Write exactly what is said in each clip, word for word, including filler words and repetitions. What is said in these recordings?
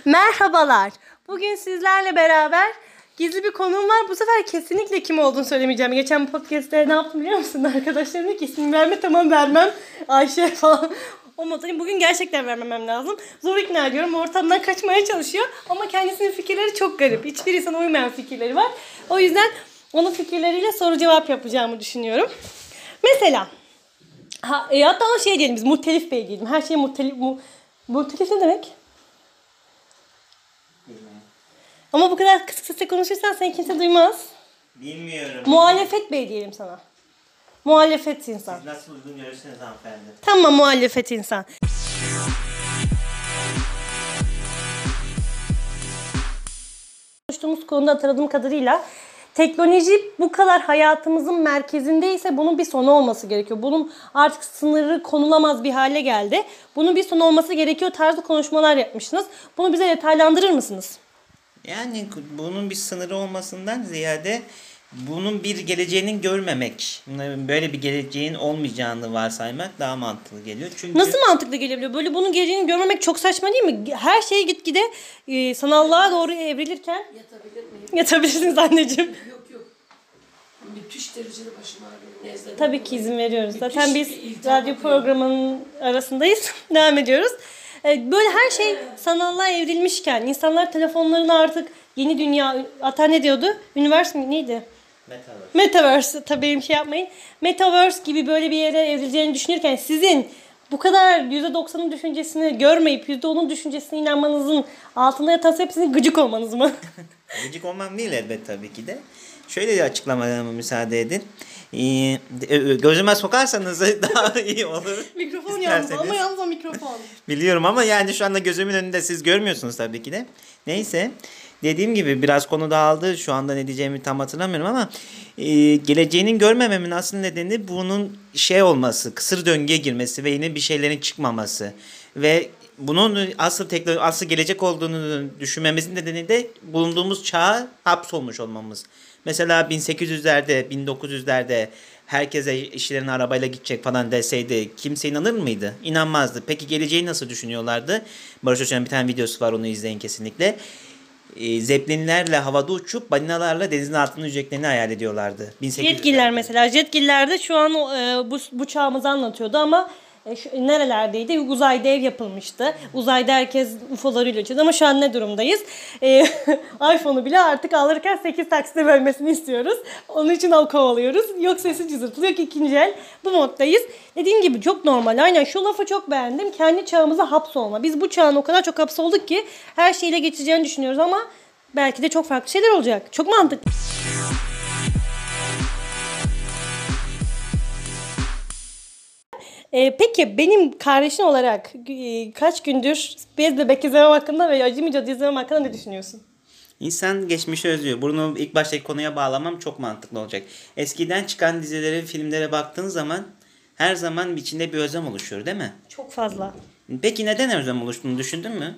Merhabalar. Bugün sizlerle beraber gizli bir konuğum var. Bu sefer kesinlikle kim olduğunu söylemeyeceğim. Geçen podcast'te ne yaptım biliyor musun? Arkadaşlarım dedi ki isim verme, tamam vermem. Ayşe falan. O modayım. Bugün gerçekten vermemem lazım. Zor ikna ediyorum. Ortamdan kaçmaya çalışıyor. Ama kendisinin fikirleri çok garip. Hiçbir insana uymayan fikirleri var. O yüzden onun fikirleriyle soru cevap yapacağımı düşünüyorum. Mesela ha, e, hatta o şey diyelim biz, muhtelif bey diyelim. Her şey muhtelif. Mu, muhtelif ne demek? Bilmiyorum. Ama bu kadar kısık sesle konuşursan seni kimse duymaz. Bilmiyorum. Muhalefet bey diyelim sana. Muhalefet insan. Siz nasıl uygun görürseniz hanımefendi. Tamam, muhalefet insan. Konuştuğumuz konuda hatırladığım kadarıyla teknoloji bu kadar hayatımızın merkezindeyse bunun bir sonu olması gerekiyor. Bunun artık sınırı konulamaz bir hale geldi. Bunun bir sonu olması gerekiyor tarzı konuşmalar yapmışsınız. Bunu bize detaylandırır mısınız? Yani bunun bir sınırı olmasından ziyade bunun bir geleceğinin görmemek, böyle bir geleceğin olmayacağını varsaymak daha mantıklı geliyor. Çünkü nasıl mantıklı gelebiliyor? Böyle bunun geleceğini görmemek çok saçma değil mi? Her şey gitgide e, sanallığa doğru evrilirken. Yatabilir miyim? Yatabilirsiniz anneciğim. Yok yok. Müthiş derecede başım ağrıyor. Nezleden Tabii ki izin veriyoruz. Müthiş Zaten biz bir iltihap radyo akıyor. programının arasındayız. Devam ediyoruz. E, Böyle her şey sanallığa evrilmişken insanlar telefonlarını artık yeni dünya, hatta ne diyordu? Üniversite mi neydi? Metaverse. Metaverse, tabii benim şey yapmayın. Metaverse gibi böyle bir yere evrileceğini düşünürken sizin bu kadar yüzde doksanın düşüncesini görmeyip yüzde onun düşüncesine inanmanızın altında yatan hepsinin gıcık olmanız mı? Gıcık olmam değil elbet tabii ki de. Şöyle bir açıklamama müsaade edin. Ee, gözüme sokarsanız daha iyi olur. Mikrofon yalnız İsterseniz. ama yalnız o mikrofon. Biliyorum ama yani şu anda gözümün önünde siz görmüyorsunuz tabii ki de. Neyse. Dediğim gibi biraz konu dağıldı. Şu anda ne diyeceğimi tam hatırlamıyorum ama e, geleceğinin görmememin asıl nedeni bunun şey olması, kısır döngüye girmesi ve yine bir şeylerin çıkmaması. Ve bunun asıl teknoloji, asıl gelecek olduğunu düşünmemizin nedeni de bulunduğumuz çağa hapsolmuş olmamız. Mesela bin sekiz yüzlerde, bin dokuz yüzlerde herkese işlerine arabayla gidecek falan deseydi kimse inanır mıydı? İnanmazdı. Peki geleceği nasıl düşünüyorlardı? Barış Hoca'nın bir tane videosu var, onu izleyin kesinlikle. E, Zeppelinlerle havada uçup balinalarla denizin altında yüzeceklerini hayal ediyorlardı. Jetgiller mesela. Jetgiller de şu an e, bu, bu çağımızı anlatıyordu ama e, şu, nerelerdeydi? Uzayda ev yapılmıştı. Uzayda herkes U F O'larıyla uçuyordu ama şu an ne durumdayız? E, iPhone'u bile artık alırken sekiz taksite bölmesini istiyoruz. Onun için al kovalıyoruz. Yok sesi cızırtılıyor ki ikinci el. Bu moddayız. Dediğim gibi çok normal. Aynen şu lafı çok beğendim. Kendi çağımıza hapsolma. Biz bu çağın o kadar çok hapsolduk ki her şeyle geçeceğini düşünüyoruz ama belki de çok farklı şeyler olacak. Çok mantıklı. Ee, peki benim kardeşin olarak e, kaç gündür Bez Bebek izlemem hakkında ve Acı Cadı izlemem hakkında ne düşünüyorsun? İnsan geçmişi özlüyor. Bunu ilk baştaki konuya bağlamam çok mantıklı olacak. Eskiden çıkan dizilere, filmlere baktığın zaman her zaman içinde bir özlem oluşuyor, değil mi? Çok fazla. Peki neden özlem oluştuğunu düşündün mü?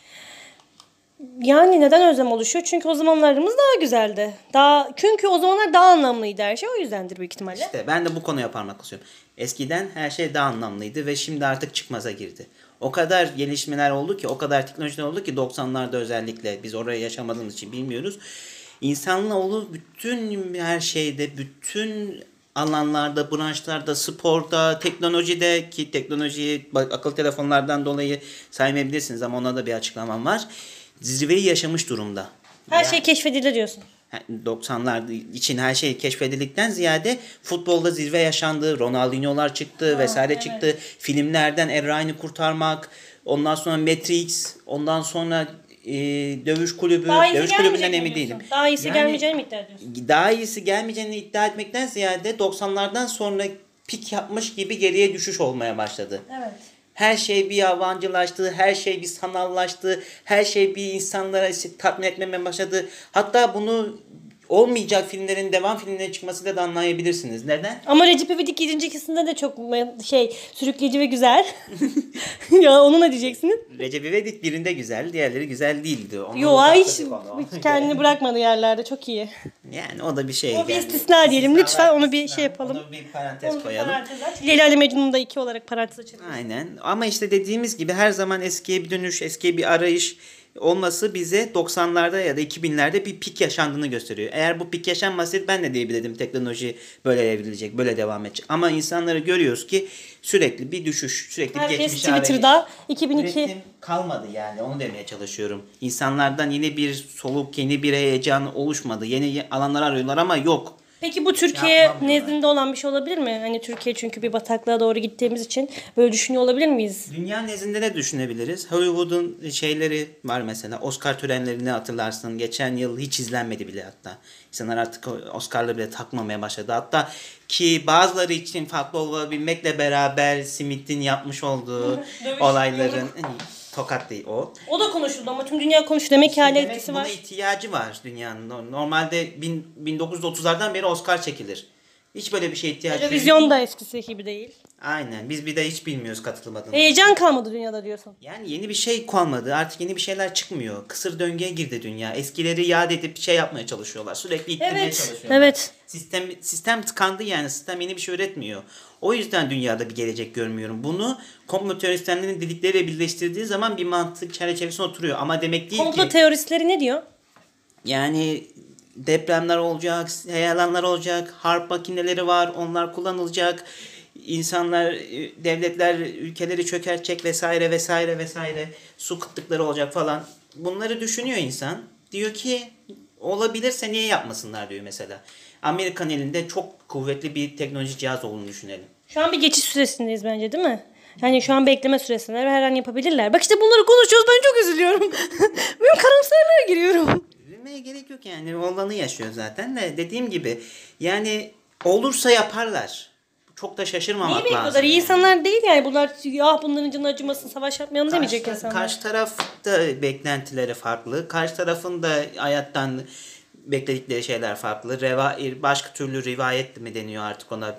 Yani neden özlem oluşuyor? Çünkü o zamanlarımız daha güzeldi. Daha çünkü o zamanlar daha anlamlıydı her şey. O yüzdendir büyük ihtimalle. İşte ben de bu konuya parmak basıyorum. Eskiden her şey daha anlamlıydı ve şimdi artık çıkmaza girdi. O kadar gelişmeler oldu ki, o kadar teknolojiler oldu ki doksanlarda özellikle, biz oraya yaşamadığımız için bilmiyoruz. İnsanoğlu bütün her şeyde, bütün alanlarda, branşlarda, sporda, teknolojide, ki teknolojiyi akıllı telefonlardan dolayı saymayabilirsiniz ama ona da bir açıklamam var. Zirveyi yaşamış durumda. Her Yani şey keşfedilir diyorsun. doksanlar için her şey keşfedildikten ziyade futbolda zirve yaşandı. Ronaldinho'lar çıktı, Ha, vesaire evet. çıktı. Filmlerden Er Ryan'ı kurtarmak, ondan sonra Matrix, ondan sonra e, Dövüş Kulübü. Daha iyisi Dövüş Kulübü'nden gelmeyecek emin mi değilim. diyorsun? Daha iyisi Yani gelmeyeceğini mi iddia ediyorsun? Daha iyisi gelmeyeceğini iddia etmekten ziyade doksanlardan sonra pik yapmış gibi geriye düşüş olmaya başladı. Evet. Her şey bir yabancılaştı, her şey bir sanallaştı, her şey bir insanlara tatmin etmemeye başladı. Hatta bunu olmayacak filmlerin devam filmlerine çıkmasıyla da anlayabilirsiniz. Neden? Ama Recep İvedik yedinci ikisinde de çok şey sürükleyici ve güzel. Ya onu ne diyeceksiniz? Recep İvedik birinde güzel, diğerleri güzel değildi. Onu Yo hiç tartıştık onu. kendini bırakmadı yerlerde, çok iyi. Yani o da bir şey. O bir yani. istisna diyelim. Lütfen İstisna var, onu bir istisna. şey yapalım. Onu bir parantez Onu bir koyalım. parantez aç. Leyla ile Mecnun'u da iki olarak parantez açalım. Aynen. Ama işte dediğimiz gibi her zaman eskiye bir dönüş, eskiye bir arayış olması bize doksanlarda ya da iki binlerde bir pik yaşandığını gösteriyor. Eğer bu pik yaşanmasaydı ben de diyebilirdim teknoloji böyle evrilecek, böyle devam edecek. Ama insanları görüyoruz ki sürekli bir düşüş, sürekli bir Herkes geçmiş Twitter'da iki bin iki Üretim kalmadı yani onu demeye çalışıyorum. İnsanlardan yeni bir soluk, yeni bir heyecan oluşmadı. Yeni alanlar arıyorlar ama yok. Peki bu Türkiye Yapamıyorlar. nezdinde olan bir şey olabilir mi? Hani Türkiye çünkü bir bataklığa doğru gittiğimiz için böyle düşünüyor olabilir miyiz? Dünya nezdinde de düşünebiliriz. Hollywood'un şeyleri var mesela. Oscar törenlerini hatırlarsın. Geçen yıl hiç izlenmedi bile hatta. İnsanlar artık Oscar'ları bile takmamaya başladı. Hatta ki bazıları için farklı olabilmekle beraber Smith'in yapmış olduğu Dövüş, olayların hani, tokat değil o. O da konuşuldu ama tüm dünya konuştu. Demek ki hala Demek etkisi buna var. ihtiyacı var dünyanın. Normalde bin, bin dokuz yüz otuzlardan beri Oscar çekilir. Hiç böyle bir şeye ihtiyacı yok. Televizyon da eskisi gibi değil. Aynen. Biz bir de hiç bilmiyoruz katılmadığını. Heyecan kalmadı dünyada diyorsun. Yani yeni bir şey kalmadı. Artık yeni bir şeyler çıkmıyor. Kısır döngüye girdi dünya. Eskileri yad edip şey yapmaya çalışıyorlar. Sürekli ittirmeye Evet. çalışıyorlar. Evet. Sistem sistem tıkandı yani. Sistem yeni bir şey üretmiyor. O yüzden dünyada bir gelecek görmüyorum. Bunu komplo teorisyenlerin dedikleriyle birleştirdiği zaman bir mantık çerçevesine oturuyor. Ama demek değil Komplo ki teoristleri ne diyor? yani depremler olacak, heyelanlar olacak, harp makineleri var, onlar kullanılacak. İnsanlar, devletler ülkeleri çökertecek vesaire vesaire vesaire. Su kıtlıkları olacak falan. Bunları düşünüyor insan. Diyor ki olabilirse niye yapmasınlar diyor mesela. Amerikan elinde çok kuvvetli bir teknoloji cihaz olduğunu düşünelim. Şu an bir geçiş süresindeyiz bence değil mi? Yani şu an bekleme süresindeler ve her an yapabilirler. Bak işte bunları konuşuyoruz ben çok üzülüyorum. Ben karamsarlığa giriyorum. Üzülmeye gerek yok yani. Olanı yaşıyor zaten de dediğim gibi yani olursa yaparlar. Çok da şaşırmamak Niye lazım. bekliyorlar? İyi yani. insanlar değil yani. Bunlar ya bunların canı acımasın savaş yapmayalım demeyecek Karşı, insanlar. karşı taraf da beklentileri farklı. Karşı tarafın da hayattan bekledikleri şeyler farklı. Reva, başka türlü rivayet mi deniyor artık ona,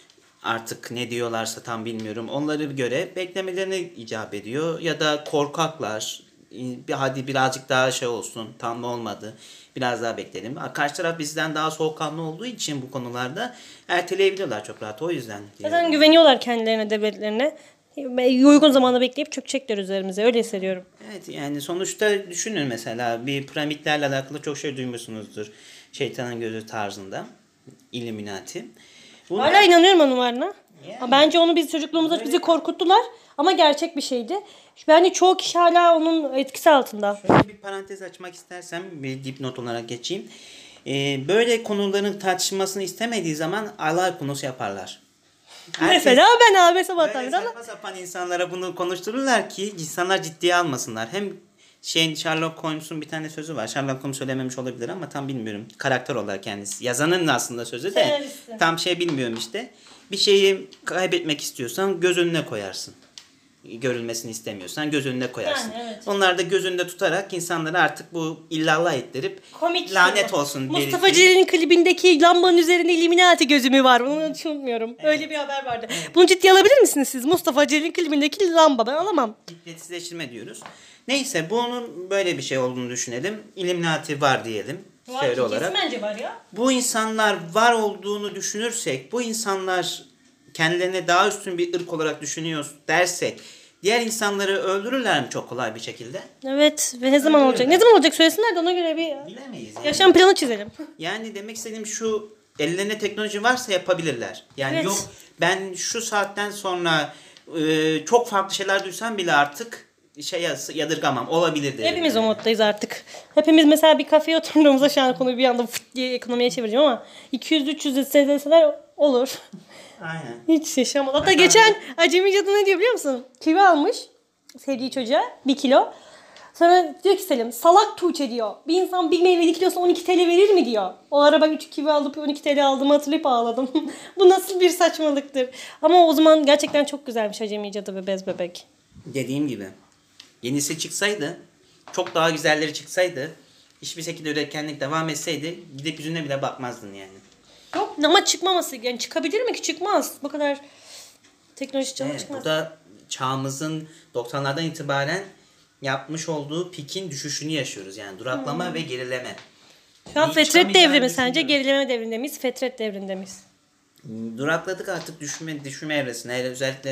artık ne diyorlarsa tam bilmiyorum. Onları göre beklemelerine icap ediyor. Ya da korkaklar. Bir, hadi birazcık daha şey olsun. Tam olmadı. Biraz daha bekleyelim. Karşı taraf bizden daha soğukkanlı olduğu için bu konularda erteleyebiliyorlar çok rahat. O yüzden. Zaten güveniyorlar kendilerine, devletlerine. Uygun zamanda bekleyip çökecekler üzerimize. Öyle hissediyorum. Evet yani sonuçta düşünün mesela bir piramitlerle alakalı çok şey duymuşsunuzdur. Şeytanın gözü tarzında. Illuminati. Bunlar- Hala inanıyorum onlarına. Yani. Bence onu biz çocukluğumuzda bizi korkuttular. Ama gerçek bir şeydi. Bence çoğu kişi hala onun etkisi altında. Şöyle bir parantez açmak istersem bir dipnot olarak geçeyim. Ee, böyle konuların tartışılmasını istemediği zaman alay konusu yaparlar. Herkes- Mesela ben abi sabahtan Böyle beri ama saçma sapan insanlara bunu konuştururlar ki insanlar ciddiye almasınlar. Hem şeyin Sherlock Holmes'un bir tane sözü var. Sherlock Holmes söylememiş olabilir ama tam bilmiyorum. Karakter olarak kendisi. Yazanın aslında sözü de Senaristi. tam şey bilmiyorum işte. Bir şeyi kaybetmek istiyorsan göz önüne koyarsın. Görülmesini istemiyorsan göz önüne koyarsın. Yani evet. Onlar da göz önünde tutarak insanları artık bu illallah ettirip komik. lanet olsun. Mustafa birisi- Celil'in klibindeki lambanın üzerinde Illuminati gözümü var. Onu hiç unutmuyorum. Öyle bir haber vardı. Bunu ciddiye alabilir misiniz siz? Mustafa Celil'in klibindeki lamba ben alamam. İddetsizleştirme diyoruz. Neyse bunun böyle bir şey olduğunu düşünelim. İlluminati var diyelim. Şöyle olarak. bence var ya. Bu insanlar var olduğunu düşünürsek, bu insanlar kendilerine daha üstün bir ırk olarak düşünüyoruz dersek, diğer insanları öldürürler mi çok kolay bir şekilde? Evet ve ne zaman Öyle olacak? öyle. Ne zaman olacak söylesinler de ona göre bir Bilemeyiz. Yani. yaşam planı çizelim. Yani demek istediğim şu, ellerinde teknoloji varsa yapabilirler. Yani Evet. yok ben şu saatten sonra e, çok farklı şeyler duysam bile artık şey yaz- yadırgamam. Olabilir derim. Hepimiz o moddayız artık. Hepimiz mesela bir kafeye oturduğumuzda şu an konuyu bir anda fıt diye ekonomiye çevireceğim ama iki yüz üç yüz deseler olur. Aynen. Hiç yaşamadım. Hatta geçen acemi cadı ne diyor biliyor musun? Kivi almış sevdiği çocuğa bir kilo. Sonra diyor ki Selim salak Tuğçe diyor. Bir insan bir meyvenin kilosuna on iki T L verir mi diyor. O ara ben üç kivi alıp on iki T L aldığımı hatırlayıp ağladım. Bu nasıl bir saçmalıktır. Ama o zaman gerçekten çok güzelmiş acemi cadı ve bez bebek. Dediğim gibi yenisi çıksaydı, çok daha güzelleri çıksaydı, hiçbir şekilde üretkenlik devam etseydi gidip yüzüne bile bakmazdın yani. Yok ama çıkmaması yani çıkabilir mi ki çıkmaz. Bu kadar teknoloji çabuk Evet, çıkmaz. bu da çağımızın doksanlardan itibaren yapmış olduğu pikin düşüşünü yaşıyoruz. Yani duraklama ve gerileme. Şu an Hiç fetret çıkamayacağını devri mi sence? düşünüyorum. Gerileme devrinde miyiz? Fetret devrinde miyiz? Durakladık artık düşme, düşme evresine. Hele özellikle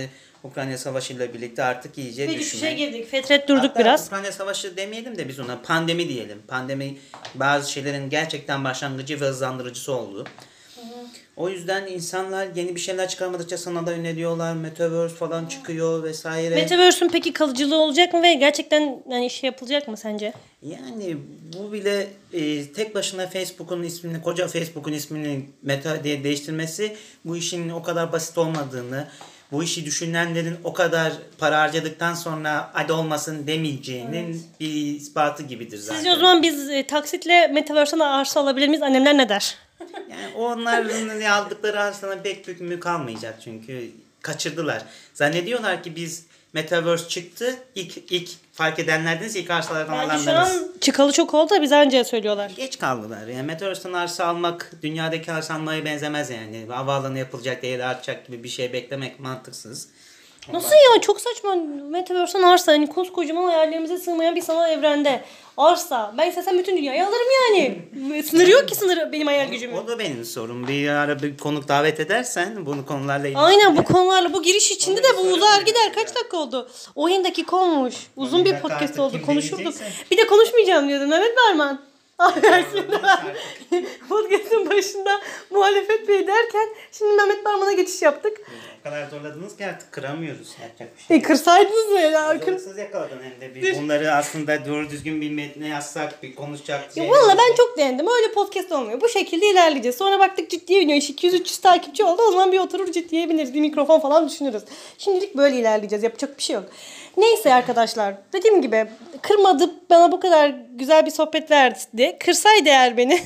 Ukrayna Savaşı ile birlikte artık iyice Bir düşme. düşüşe girdik. Fetret durduk Hatta biraz. Ukrayna Savaşı demeyelim de biz ona pandemi diyelim. Pandemi bazı şeylerin gerçekten başlangıcı ve hızlandırıcısı oldu. O yüzden insanlar yeni bir şeyler çıkarmadıkça sanata yöneliyorlar. Metaverse falan çıkıyor vesaire. Metaverse'ün peki kalıcılığı olacak mı ve gerçekten yani şey yapılacak mı sence? Yani bu bile e, tek başına Facebook'un ismini, koca Facebook'un ismini Meta diye değiştirmesi bu işin o kadar basit olmadığını, bu işi düşünenlerin o kadar para harcadıktan sonra hadi olmasın demeyeceğinin bir ispatı gibidir zaten. Sizce o zaman biz e, taksitle Metaverse'den arsa alabilir miyiz? Annemler ne der? Yani onların aldıkları arsadan pek büyük mü kalmayacak çünkü kaçırdılar. Zannediyorlar ki biz Metaverse çıktı. İlk, ilk fark edenlerdiniz, ilk arsalardan Bence şu alanlarınız. an çıkalı çok oldu da biz anca söylüyorlar. Geç kaldılar. Yani Metaverse'den arsa almak dünyadaki arsa almaya benzemez yani. Havaalanı yapılacak, değeri artacak gibi bir şey beklemek mantıksız. Nasıl ya? Çok saçma. Metaverse'den arsa. Hani koskocaman hayallerimize sığmayan bir sanal evrende. Arsa. Ben istesem bütün dünyayı alırım yani. Sınırı yok ki sınırı benim hayal gücümün. O da benim sorum. Bir ara bir konuk davet edersen bunu konularla ilgili. Aynen bu konularla bu giriş içinde de bu sorun uzar yok. gider. Kaç dakika oldu? on dakika olmuş. Uzun on bir dakika podcast artık oldu. kim Konuşurduk. dinleyecekse. Bir de konuşmayacağım diyordum. Mehmet Berman. Şimdi ben podcast'ın başında muhalefet bey derken şimdi Mehmet Berman'a geçiş yaptık. O kadar zorladınız ki artık kıramıyoruz. Yapacak bir şey. E kırsaydınız mı ya? Kır... Hazırlıksız yakaladın hem de. Bir bunları aslında doğru düzgün bir metne yazsak, bir konuşacak. Ya valla ben çok beğendim. Öyle podcast olmuyor. Bu şekilde ilerleyeceğiz. Sonra baktık ciddiye biniyor. İş iki yüz üç yüz takipçi oldu. O zaman bir oturur ciddiye bineriz. Bir mikrofon falan düşünürüz. Şimdilik böyle ilerleyeceğiz. Yapacak bir şey yok. Neyse arkadaşlar. Dediğim gibi kırmadı bana bu kadar güzel bir sohbet verdi. Kırsaydı eğer beni.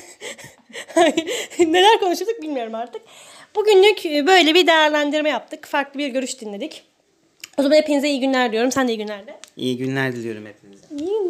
Neler konuşurduk bilmiyorum artık. Bugünlük böyle bir değerlendirme yaptık. Farklı bir görüş dinledik. O zaman hepinize iyi günler diyorum. Sen de iyi günler de. İyi günler diliyorum hepinize. İyi